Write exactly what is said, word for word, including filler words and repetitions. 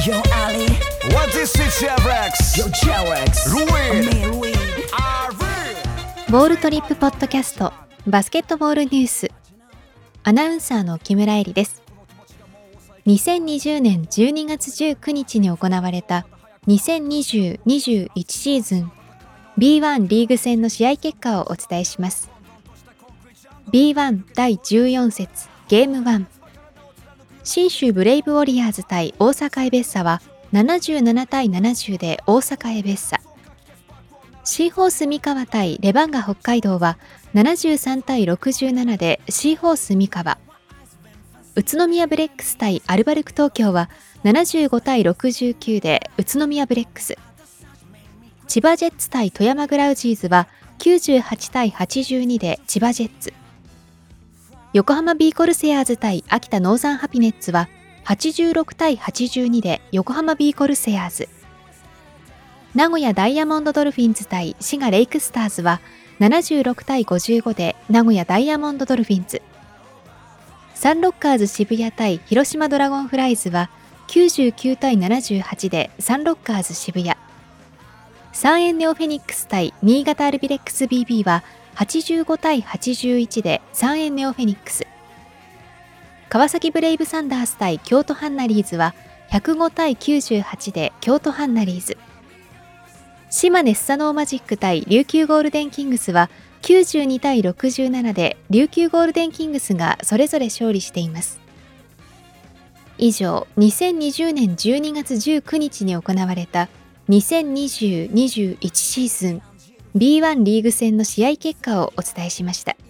Yo Ali What is it, J-Rex? Yo J-Rex Ruin Me Ruin ボールトリップポッドキャストバスケットボールニュース、アナウンサーの木村恵里です。にせんにじゅうねんじゅうにがつじゅうくにちに行われたにせんにじゅう にじゅういちシーズン ビーワン リーグ戦の試合結果をお伝えします。 ビーワン だいじゅうよん節ゲームワン、信州ブレイブウォリアーズ対大阪エベッサはななじゅうななたいななじゅうで大阪エベッサ、シーホース三河対レバンガ北海道はななじゅうさんたいろくじゅうななでシーホース三河、宇都宮ブレックス対アルバルク東京はななじゅうごたいろくじゅうきゅうで宇都宮ブレックス、千葉ジェッツ対富山グラウジーズはきゅうじゅうはちたいはちじゅうにで千葉ジェッツ、横浜ビーコルセアーズ対秋田ノーザンハピネッツははちじゅうろくたいはちじゅうにで横浜ビーコルセアーズ、名古屋ダイヤモンドドルフィンズ対滋賀レイクスターズはななじゅうろくたいごじゅうごで名古屋ダイヤモンドドルフィンズ、サンロッカーズ渋谷対広島ドラゴンフライズはきゅうじゅうきゅうたいななじゅうはちでサンロッカーズ渋谷、サンエンネオフェニックス対新潟アルビレックス ビービー ははちじゅうごたいはちじゅういちでサンエンネオフェニックス、川崎ブレイブサンダース対京都ハンナリーズはひゃくごたいきゅうじゅうはちで京都ハンナリーズ、島根スサノーマジック対琉球ゴールデンキングスはきゅうじゅうにたいろくじゅうななで琉球ゴールデンキングスがそれぞれ勝利しています。以上、にせんにじゅうねんじゅうにがつじゅうくにちに行われたにせんにじゅう にじゅういちシーズン ビーワン リーグ戦の試合結果をお伝えしました。